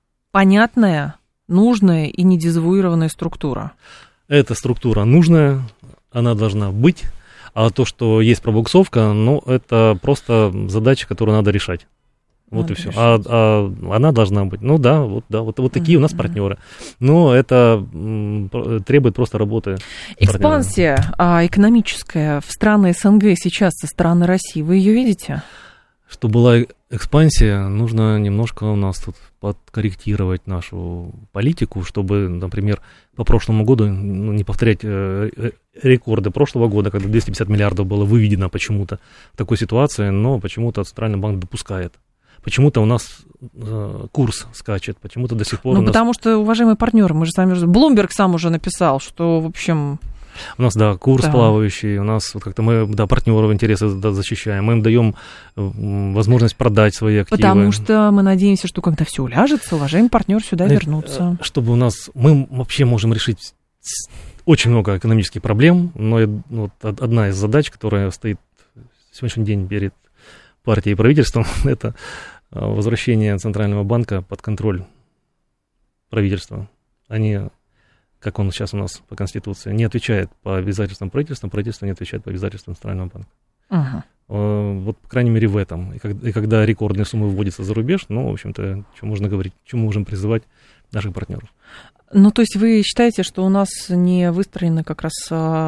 понятная, нужная и не дезавуированная структура? Эта структура нужная, она должна быть, а то, что есть пробуксовка, ну, это просто задача, которую надо решать. Вот надо и все. А, а она должна быть. Ну да, вот, да, вот, вот такие mm-hmm. у нас партнеры. Но это м, требует просто работы. Экспансия а, экономическая в страны СНГ сейчас со стороны России, вы ее видите? Чтобы была экспансия, нужно немножко у нас тут подкорректировать нашу политику, чтобы, например, по прошлому году, ну, не повторять э, рекорды прошлого года, когда двести пятьдесят миллиардов было выведено почему-то в такой ситуации, но почему-то Центральный банк допускает. Почему-то у нас э, курс скачет, почему-то до сих пор... Ну, у нас... потому что, уважаемые партнеры, мы же сами... Блумберг сам уже написал, что, в общем... У нас, да, курс да. плавающий, у нас вот как-то мы, да, партнеров интересы да, защищаем, мы им даем возможность продать свои активы. Потому что мы надеемся, что когда все уляжется, уважаемые партнеры сюда Нет, вернутся. Чтобы у нас... Мы вообще можем решить очень много экономических проблем, но вот одна из задач, которая стоит в сегодняшний день перед партией и правительством, это возвращение Центрального банка под контроль правительства. Они, как он сейчас у нас по Конституции, не отвечает по обязательствам правительства, правительство не отвечает по обязательствам Центрального банка. Ага. Вот, по крайней мере, в этом. И когда, и когда рекордные суммы вводятся за рубеж, ну, в общем-то, что можно говорить, чем мы можем призывать наших партнеров. Ну, то есть вы считаете, что у нас не выстроена как раз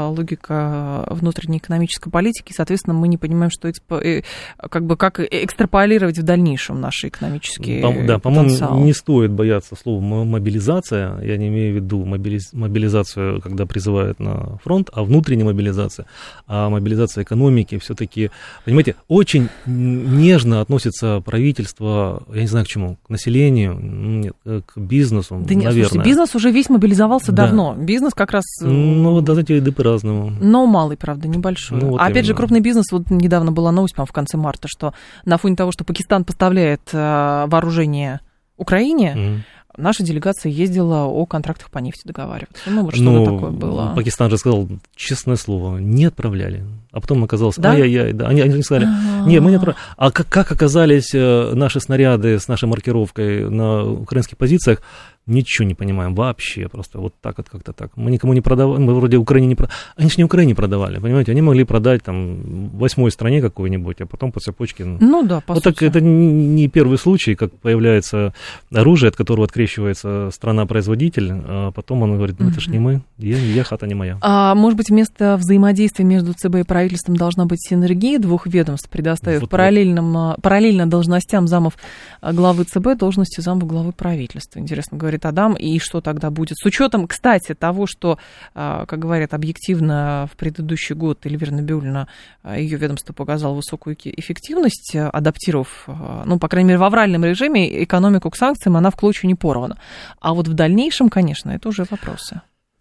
логика внутренней экономической политики, и, соответственно, мы не понимаем, что экспо... как бы как экстраполировать в дальнейшем наши экономические По, да, потенциалы? По-моему, не стоит бояться слова мобилизация. Я не имею в виду мобилиз... мобилизацию, когда призывают на фронт, а внутренняя мобилизация. А мобилизация экономики все-таки, понимаете, очень нежно относится правительство, я не знаю к чему, к населению, нет, к бизнесу, да нет, наверное. Слушайте, бизнес уже весь мобилизовался да. давно. Бизнес как раз... Ну, да, знаете, да по-разному. Но малый, правда, небольшой. Ну, вот а опять именно. же, крупный бизнес, вот недавно была новость, по-моему, в конце марта, что на фоне того, что Пакистан поставляет э, вооружение Украине, mm. наша делегация ездила о контрактах по нефти договариваться. Ну, вот что-то ну, такое было. Пакистан же сказал, честное слово, не отправляли. А потом оказалось, да? ай-яй-яй, да. Они, они сказали, А-а-а. нет, мы не отправляли. А как, как оказались наши снаряды с нашей маркировкой на украинских позициях, ничего не понимаем вообще, просто вот так вот как-то так. Мы никому не продавали, мы вроде Украине не продавали. Они же не Украине продавали, понимаете, они могли продать там восьмой стране какой-нибудь, а потом по цепочке. Ну да, по вот сути. Так это не первый случай, как появляется оружие, от которого открещивается страна-производитель, а потом он говорит, ну это ж не мы, я, я хата не моя. А может быть, вместо взаимодействия между ЦБ и правительством должна быть синергия двух ведомств, предоставив вот параллельным, параллельно должностям замов главы ЦБ должности замов главы правительства. Интересно, говорит Адам, и что тогда будет? С учетом, кстати, того, что, как говорят, объективно в предыдущий год Эльвира Набиуллина, ее ведомство показало высокую эффективность, адаптировав, ну, по крайней мере, в авральном режиме экономику к санкциям, она в клочья не порвана. А вот в дальнейшем, конечно, это уже вопросы.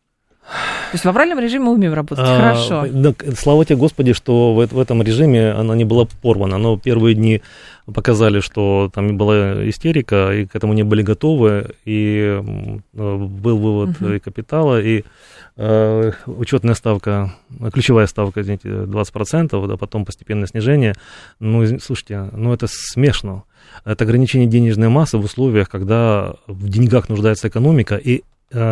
То есть в авральном режиме мы умеем работать, а, хорошо. Да, слава тебе, Господи, что в, в этом режиме она не была порвана. Но первые дни показали, что там была истерика, и к этому не были готовы, и был вывод uh-huh. и капитала, и э, учетная ставка, ключевая ставка, извините, двадцать процентов, да, потом постепенное снижение. Ну, слушайте, ну это смешно. Это ограничение денежной массы в условиях, когда в деньгах нуждается экономика, и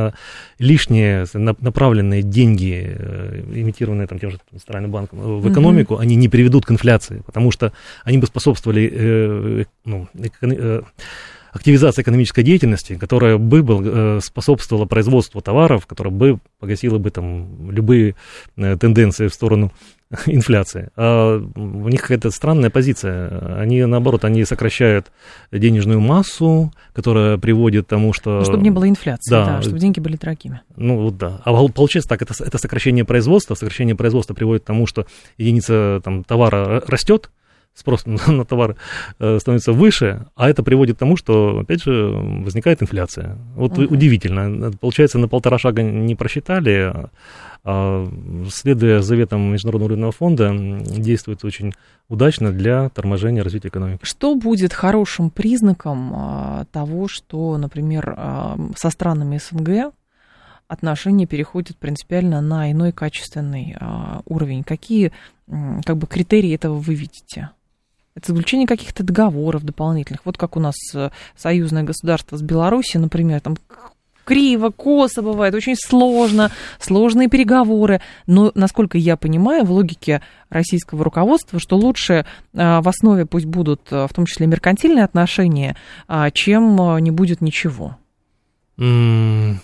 лишние направленные деньги, имитированные там, тем же Центральным банком в экономику, mm-hmm. они не приведут к инфляции, потому что они бы способствовали э, ну, эко- активизации экономической деятельности, которая бы был, э, способствовала производству товаров, которая бы погасила бы там, любые э, тенденции в сторону инфляции. А у них какая-то странная позиция. Они, наоборот, они сокращают денежную массу, которая приводит к тому, что... Ну, чтобы не было инфляции, да, да, чтобы деньги были дорогими. Ну, да. А получается так, это, это сокращение производства. Сокращение производства приводит к тому, что единица там, товара растет, спрос на, на товар э, становится выше, а это приводит к тому, что, опять же, возникает инфляция. Вот uh-huh. удивительно. Получается, на полтора шага не просчитали, а, следуя заветам Международного валютного фонда, действует очень удачно для торможения развития экономики. Что будет хорошим признаком а, того, что, например, а, со странами СНГ отношения переходят принципиально на иной качественный а, уровень? Какие как бы, критерии этого вы видите? Это заключение каких-то договоров дополнительных. Вот как у нас союзное государство с Беларусью, например, там криво, косо бывает, очень сложно, сложные переговоры. Но, насколько я понимаю, в логике российского руководства, что лучше в основе пусть будут в том числе меркантильные отношения, чем не будет ничего. Mm.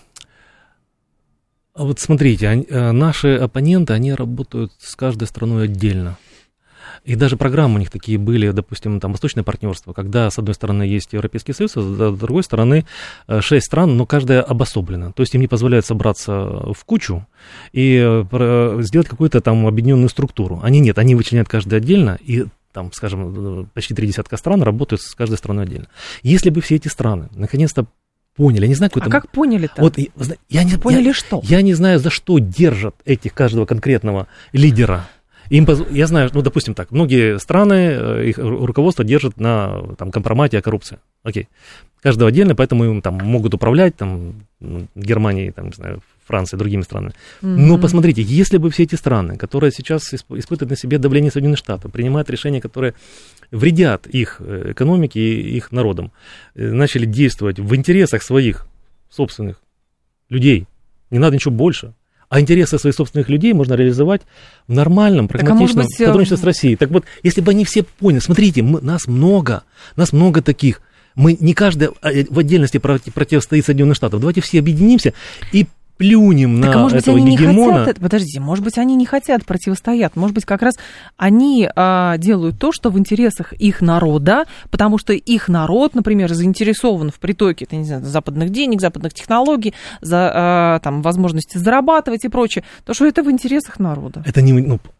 Вот смотрите, они, наши оппоненты, они работают с каждой страной отдельно. И даже программы у них такие были, допустим, там Восточное партнерство, когда с одной стороны есть Европейский Союз, а с другой стороны шесть стран, но каждая обособлена. То есть им не позволяют собраться в кучу и сделать какую-то там объединенную структуру. Они нет, они вычленяют каждый отдельно, и там, скажем, почти три десятка стран работают с каждой страной отдельно. Если бы все эти страны наконец-то поняли, я не знаю, какой-то... А как поняли-то? Вот, я не, поняли я, что? Я не знаю, за что держат этих каждого конкретного лидера. Им, я знаю, ну, допустим так, многие страны, их руководство держит на там, компромате о коррупции. Окей. Каждого отдельно, поэтому им там могут управлять, там, Германией, там, не знаю, Францией, другими странами. Mm-hmm. Но посмотрите, если бы все эти страны, которые сейчас испытывают на себе давление Соединенных Штатов, принимают решения, которые вредят их экономике и их народам, начали действовать в интересах своих собственных людей, не надо ничего больше. А интересы своих собственных людей можно реализовать в нормальном, прагматичном а сотрудничестве с Россией. Так вот, если бы они все поняли, смотрите, мы, нас много, нас много таких. Мы не каждый в отдельности противостоит Соединенных Штатов. Давайте все объединимся и плюнем так, на а может этого быть, гегемона. Не хотят, подождите, может быть, они не хотят противостоять. Может быть, как раз они а, делают то, что в интересах их народа, потому что их народ, например, заинтересован в притоке, это, не знаю, западных денег, западных технологий, за а, там, возможности зарабатывать и прочее. То, что это в интересах народа. Это не... Ну,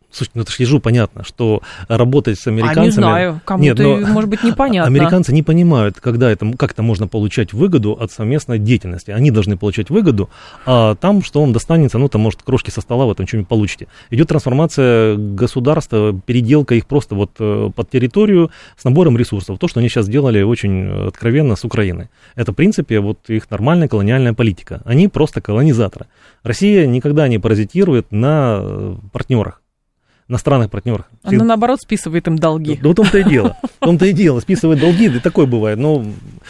Слушайте, ну это ж ежу понятно, что работать с американцами... А не знаю, кому-то, Нет, но... может быть, непонятно. Американцы не понимают, когда это, как это можно получать выгоду от совместной деятельности. Они должны получать выгоду, а там, что вам достанется, ну, там, может, крошки со стола, вы там что-нибудь получите. Идет трансформация государства, переделка их просто вот под территорию с набором ресурсов. То, что они сейчас сделали очень откровенно с Украиной. Это, в принципе, вот их нормальная колониальная политика. Они просто колонизаторы. Россия никогда не паразитирует на партнерах. На странах-партнерах. Она, наоборот, списывает им долги. Да в том-то и дело. В том-то и дело. Списывает долги, да такое бывает. Но,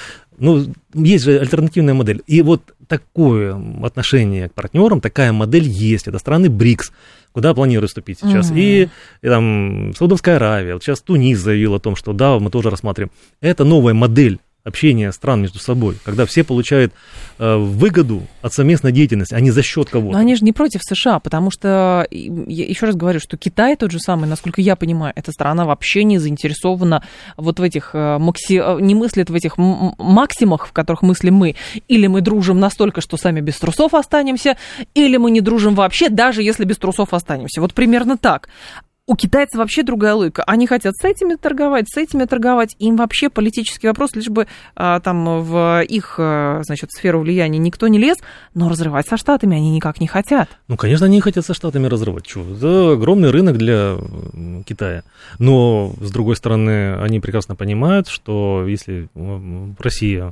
ну, есть же альтернативная модель. И вот такое отношение к партнерам, такая модель есть. Это страны БРИКС, куда планируют вступить сейчас. Mm-hmm. И, и там Саудовская Аравия. Вот сейчас Тунис заявил о том, что да, мы тоже рассматриваем. Это новая модель общения стран между собой, когда все получают э, выгоду от совместной деятельности, а не за счет кого-то. Но они же не против США, потому что, я еще раз говорю, что Китай тот же самый, насколько я понимаю, эта страна вообще не заинтересована вот в этих, макси... не мыслит в этих максимах, в которых мыслим мы. Или мы дружим настолько, что сами без трусов останемся, или мы не дружим вообще, даже если без трусов останемся. Вот примерно так. У китайцев вообще другая логика. Они хотят с этими торговать, с этими торговать. Им вообще политический вопрос, лишь бы а, там в их, значит, сферу влияния никто не лез, но разрывать со Штатами они никак не хотят. Ну, конечно, они не хотят со Штатами разрывать. Чего? Это огромный рынок для Китая. Но, с другой стороны, они прекрасно понимают, что если Россия,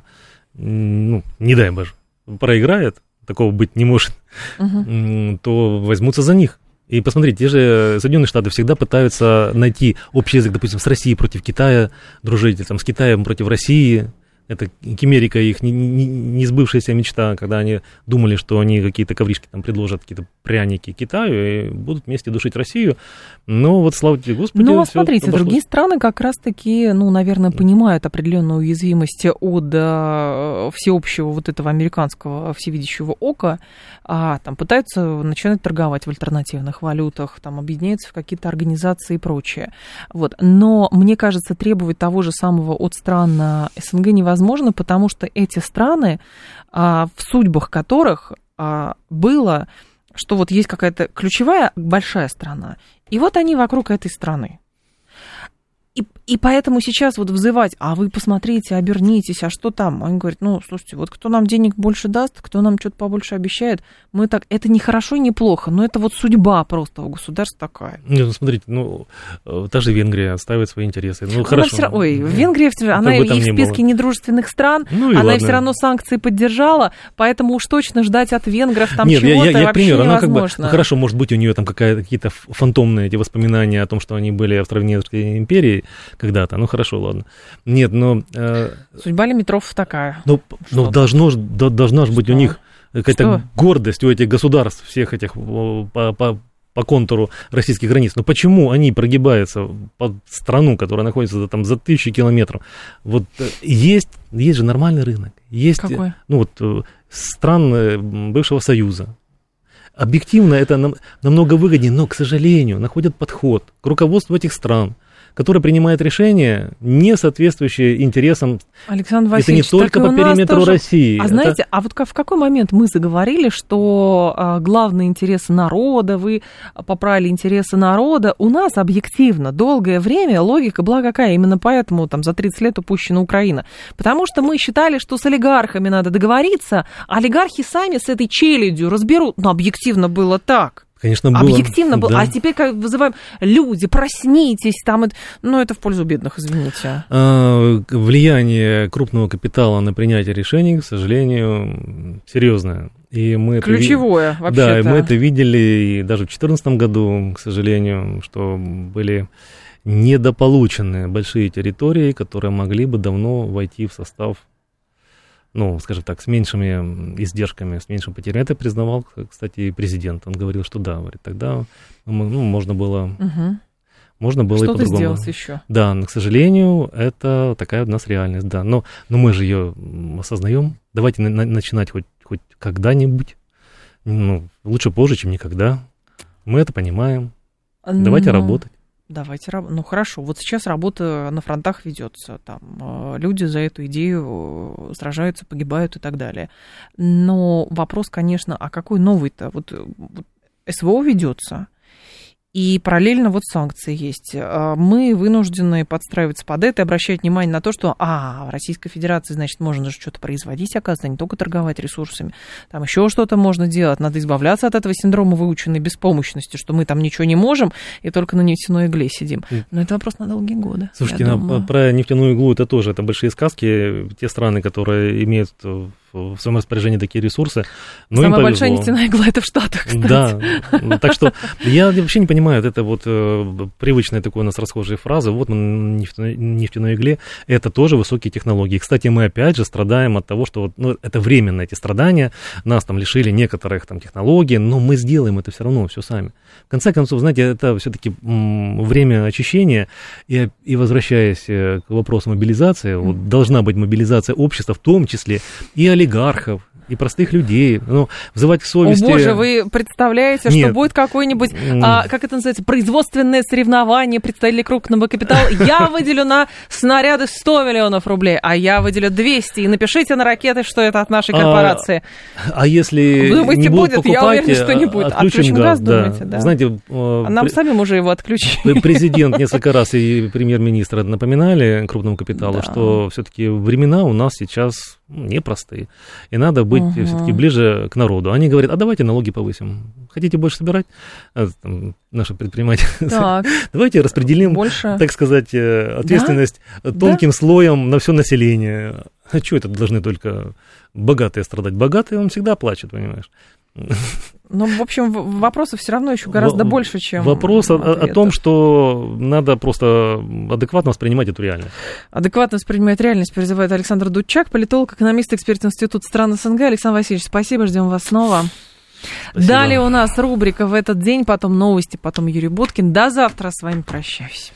ну, не дай боже, проиграет, такого быть не может, угу. то возьмутся за них. И посмотрите, те же Соединенные Штаты всегда пытаются найти общий язык, допустим, с Россией против Китая дружить, там, с Китаем против России. Это Кемерика, их не, не, не сбывшаяся мечта, когда они думали, что они какие-то ковришки там предложат, какие-то пряники Китаю и будут вместе душить Россию. Но вот, слава тебе, Господи, ну, а смотрите, обошлось. Другие страны как раз-таки, ну, наверное, понимают определенную уязвимость от а, всеобщего вот этого американского всевидящего ока, а там пытаются начинать торговать в альтернативных валютах, там объединяются в какие-то организации и прочее. Вот. Но, мне кажется, требовать того же самого от стран СНГ невозможно. Возможно, потому что эти страны, в судьбах которых было, что вот есть какая-то ключевая большая страна, и вот они вокруг этой страны. И, и поэтому сейчас вот взывать, а вы посмотрите, обернитесь, а что там? Они говорят, ну, слушайте, вот кто нам денег больше даст, кто нам что-то побольше обещает, мы так, это не хорошо, не плохо, но это вот судьба просто у государства такая. Нет, ну, смотрите, ну, та же Венгрия ставит свои интересы, ну, хорошо. Все, ой, Венгрия, она и в списке не недружественных стран, ну, она ладно. И все равно санкции поддержала, поэтому уж точно ждать от венгров там Нет, чего-то я, я, вообще пример, невозможно. Она как бы, ну, хорошо, может быть, у нее там какие-то фантомные эти воспоминания о том, что они были Австро-Венгерской империей когда-то, ну, хорошо, ладно. Нет, но... Э, Судьба лимитров такая. Ну, ну должно, должна же быть у них какая-то гордость у этих государств, всех этих по, по, по контуру российских границ. Но почему они прогибаются под страну, которая находится там за тысячи километров? Вот есть, есть же нормальный рынок. Есть, Какой? Ну, вот, стран бывшего Союза. Объективно это нам, намного выгоднее, но, к сожалению, находят подход к руководству этих стран, которая принимает решения, не соответствующие интересам. Александр Васильевич, это не только по периметру тоже... России. А это... знаете, а вот в какой момент мы заговорили, что а, главные интересы народа, вы поправили интересы народа, у нас объективно долгое время логика была какая? Именно поэтому там за тридцать лет упущена Украина. Потому что мы считали, что с олигархами надо договориться, а олигархи сами с этой челядью разберут. Но объективно было так. Конечно, было. Объективно было. Да. А теперь как вызываем, люди, проснитесь, там, ну, это в пользу бедных, извините. А, влияние крупного капитала на принятие решений, к сожалению, серьезное. И мы Ключевое, это, вообще-то. Да, и мы это видели и даже в две тысячи четырнадцатом году, к сожалению, что были недополучены большие территории, которые могли бы давно войти в состав, ну, скажем так, с меньшими издержками, с меньшим потерей. Это признавал, кстати, и президент. Он говорил, что да, говорит, тогда ну, можно было, угу. можно было Что-то и по-другому. сделать еще. Да, но, к сожалению, это такая у нас реальность, да. Но, но мы же ее осознаем. Давайте на, на, начинать хоть, хоть когда-нибудь. Ну, лучше позже, чем никогда. Мы это понимаем. Давайте но... работать. Давайте работать. Ну хорошо, вот сейчас работа на фронтах ведется, там люди за эту идею сражаются, погибают и так далее. Но вопрос, конечно, а какой новый-то? Вот, вот СВО ведется, И параллельно вот санкции есть. Мы вынуждены подстраиваться под это и обращать внимание на то, что, а, в Российской Федерации, значит, можно же что-то производить, оказывается, не только торговать ресурсами, там еще что-то можно делать, надо избавляться от этого синдрома выученной беспомощности, что мы там ничего не можем и только на нефтяной игле сидим. Но это вопрос на долгие годы. Слушайте, на, про нефтяную иглу это тоже, это большие сказки. Те страны, которые имеют в своем распоряжении такие ресурсы. Но самая большая нефтяная игла это в Штатах, кстати. Да, так что я вообще не понимаю, это вот привычная такой у нас расхожая фраза, вот мы на нефтяной, нефтяной игле, это тоже высокие технологии. Кстати, мы опять же страдаем от того, что вот, ну, это временно эти страдания, нас там лишили некоторых там технологий, но мы сделаем это все равно, все сами. В конце концов, знаете, это все-таки время очищения, и, и возвращаясь к вопросу мобилизации, вот, должна быть мобилизация общества, в том числе и олигархов, и простых людей, ну, взывать к совести... О, боже, вы представляете, Нет. что будет какое-нибудь, а, как это называется, производственное соревнование представителей крупного капитала. Я выделю на снаряды сто миллионов рублей, а я выделю двести. И напишите на ракеты, что это от нашей корпорации. А, а если думаете, не будут будет? покупать, Я уверена, что не будет. Отключим, отключим газ, да. думаете, да. Знаете, а нам при... самим уже его отключили. Президент несколько раз и премьер-министр напоминали крупному капиталу, да. что все-таки времена у нас сейчас непростые. И надо быть угу. все-таки ближе к народу. Они говорят, а давайте налоги повысим. Хотите больше собирать? А, там, наши предприниматели. Так. Давайте распределим, больше. так сказать, ответственность да? тонким да? слоем на все население. А что это должны только богатые страдать? Богатые он всегда плачет, понимаешь? Ну, в общем, вопросов все равно еще гораздо в, больше, чем... Вопрос о, о том, что надо просто адекватно воспринимать эту реальность. Адекватно воспринимать реальность призывает Александр Дудчак, политолог, экономист, эксперт Института стран СНГ. Александр Васильевич, спасибо, ждем вас снова. Спасибо. Далее у нас рубрика «В этот день», потом новости, потом Юрий Буткин. До завтра, с вами прощаюсь.